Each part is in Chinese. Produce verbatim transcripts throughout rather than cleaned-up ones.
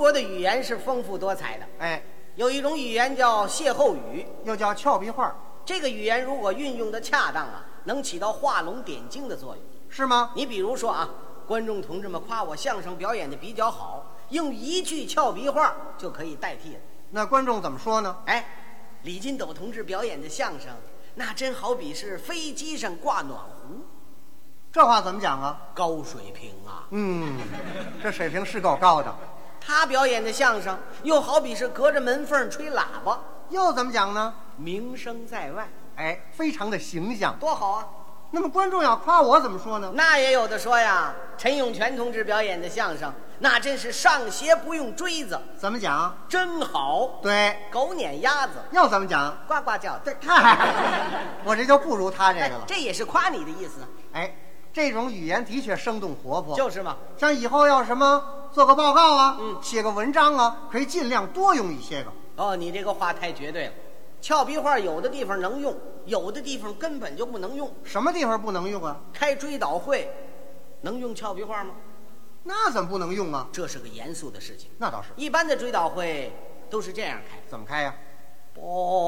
国的语言是丰富多彩的， 哎， 有一种语言叫歇后语， 又叫俏皮话， 这个语言如果运用的恰当啊，能起到画龙点睛的作用， 是吗？ 你比如说啊，观众同志们夸我相声表演的比较好，用一句俏皮话就可以代替了。 那观众怎么说呢？ 哎，李金斗同志表演的相声，那真好比是飞机上挂暖壶， 这话怎么讲啊？ 高水平啊！ 嗯，这水平是够高的。 他表演的相声又好比是隔着门缝吹喇叭， 又怎么讲呢？ 名声在外， 哎，非常的形象， 多好啊！ 那么观众要夸我怎么说呢？ 那也有的说呀，陈永泉同志表演的相声，那真是上鞋不用锥子， 怎么讲？ 真好。 对， 狗撵鸭子， 又怎么讲？ 呱呱叫。 对，嗨，我这就不如他这个了。 哎，这也是夸你的意思。 哎，这种语言的确生动活泼， 就是嘛。 像以后要什么做个报告啊， 嗯， 写个文章啊，可以尽量多用一些个。 哦，你这个话太绝对了。俏皮话有的地方能用，有的地方根本就不能用。 什么地方不能用啊？ 开追悼会，能用俏皮话吗？ 那怎么不能用啊？ 这是个严肃的事情。 那倒是。 一般的追悼会都是这样开。 怎么开呀？ 梆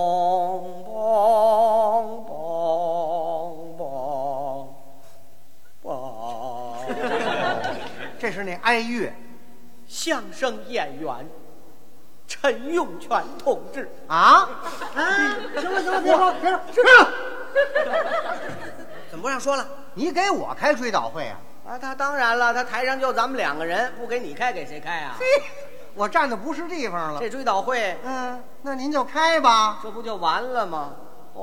梆梆梆梆， 这是那哀乐。 相声演员陈永泉同志啊！哎，行了行了，别说别说，别说， 怎么不让说了？ 你给我开追悼会啊？ 啊，他当然了，他台上就咱们两个人，不给你开，给谁开啊？ 嘿，我站的不是地方了。 这追悼会， 嗯，那您就开吧。 这不就完了吗？梆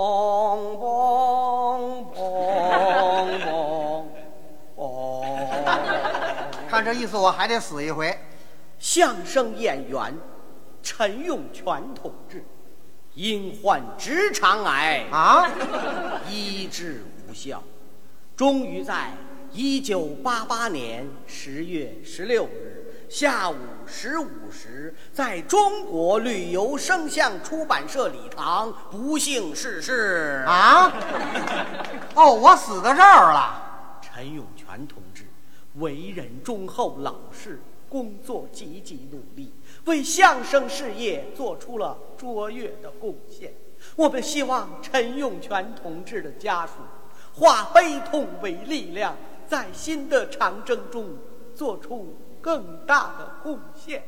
梆梆梆梆， 看这意思，我还得死一回。 相声演员陈永泉同志因患直肠癌啊， 医治无效，终于在一九八八年十月十六日下午十五时，在中国旅游声像出版社礼堂不幸逝世。 啊？哦，我死在这儿了。 陈永泉同志为人忠厚老实，工作积极努力，为相声事业做出了卓越的贡献。我们希望陈永泉同志的家属化悲痛为力量，在新的长征中做出更大的贡献。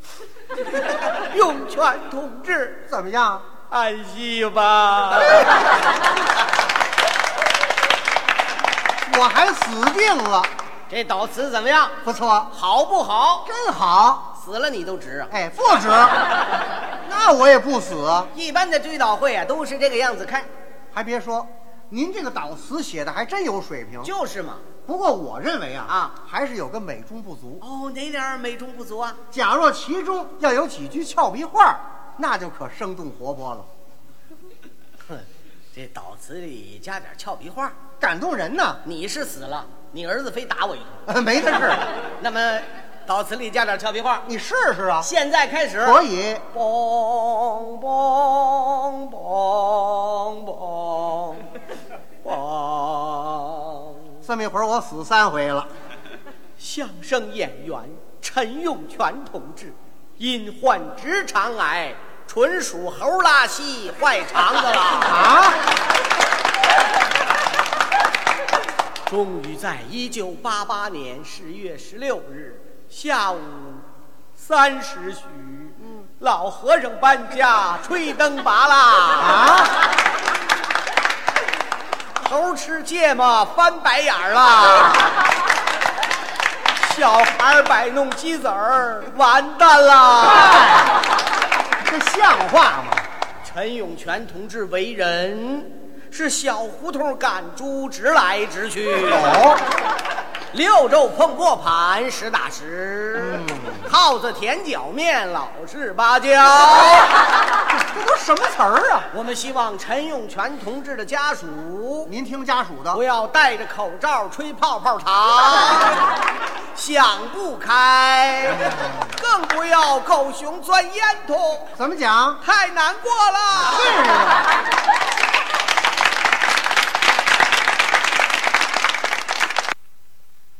永泉同志， 怎么样？ 安息吧。 我还死定了。 这悼词怎么样？ 不错， 好不好？ 真好。 死了你都值啊！ 哎，不值。那我也不死啊。 一般的追悼会啊，都是这个样子开。 还别说，您这个悼词写的还真有水平。 就是嘛。 不过我认为啊，啊，还是有个美中不足。 哦，哪点美中不足啊？ 假若其中要有几句俏皮话，那就可生动活泼了。 哼，这悼词里加点俏皮话， 感动人呢。 你是死了，你儿子非打我一顿， 没的事。 那么悼词里加点俏皮话， 你试试啊。 现在开始。 可以。 梆梆梆梆梆。 这么一会儿，我死三回了。 相声演员陈永泉同志因患直肠癌，纯属猴拉稀坏肠子了啊！ 终于在一九八八年十月十六日下午三时许，嗯，老和尚搬家吹灯拔啦啊！ 猴吃芥末翻白眼儿了，小孩摆弄鸡子儿完蛋了， 这像话吗？ 陈永泉同志为人是小胡同赶猪，直来直去。 哦， 六轴碰过盘实打实，嗯，耗子舔脚面老实巴交。 这都什么词儿啊？ 我们希望陈永泉同志的家属， 您听家属的， 不要戴着口罩吹泡泡糖，想不开，更不要狗熊钻烟囱。 怎么讲？ 太难过了。 是啊。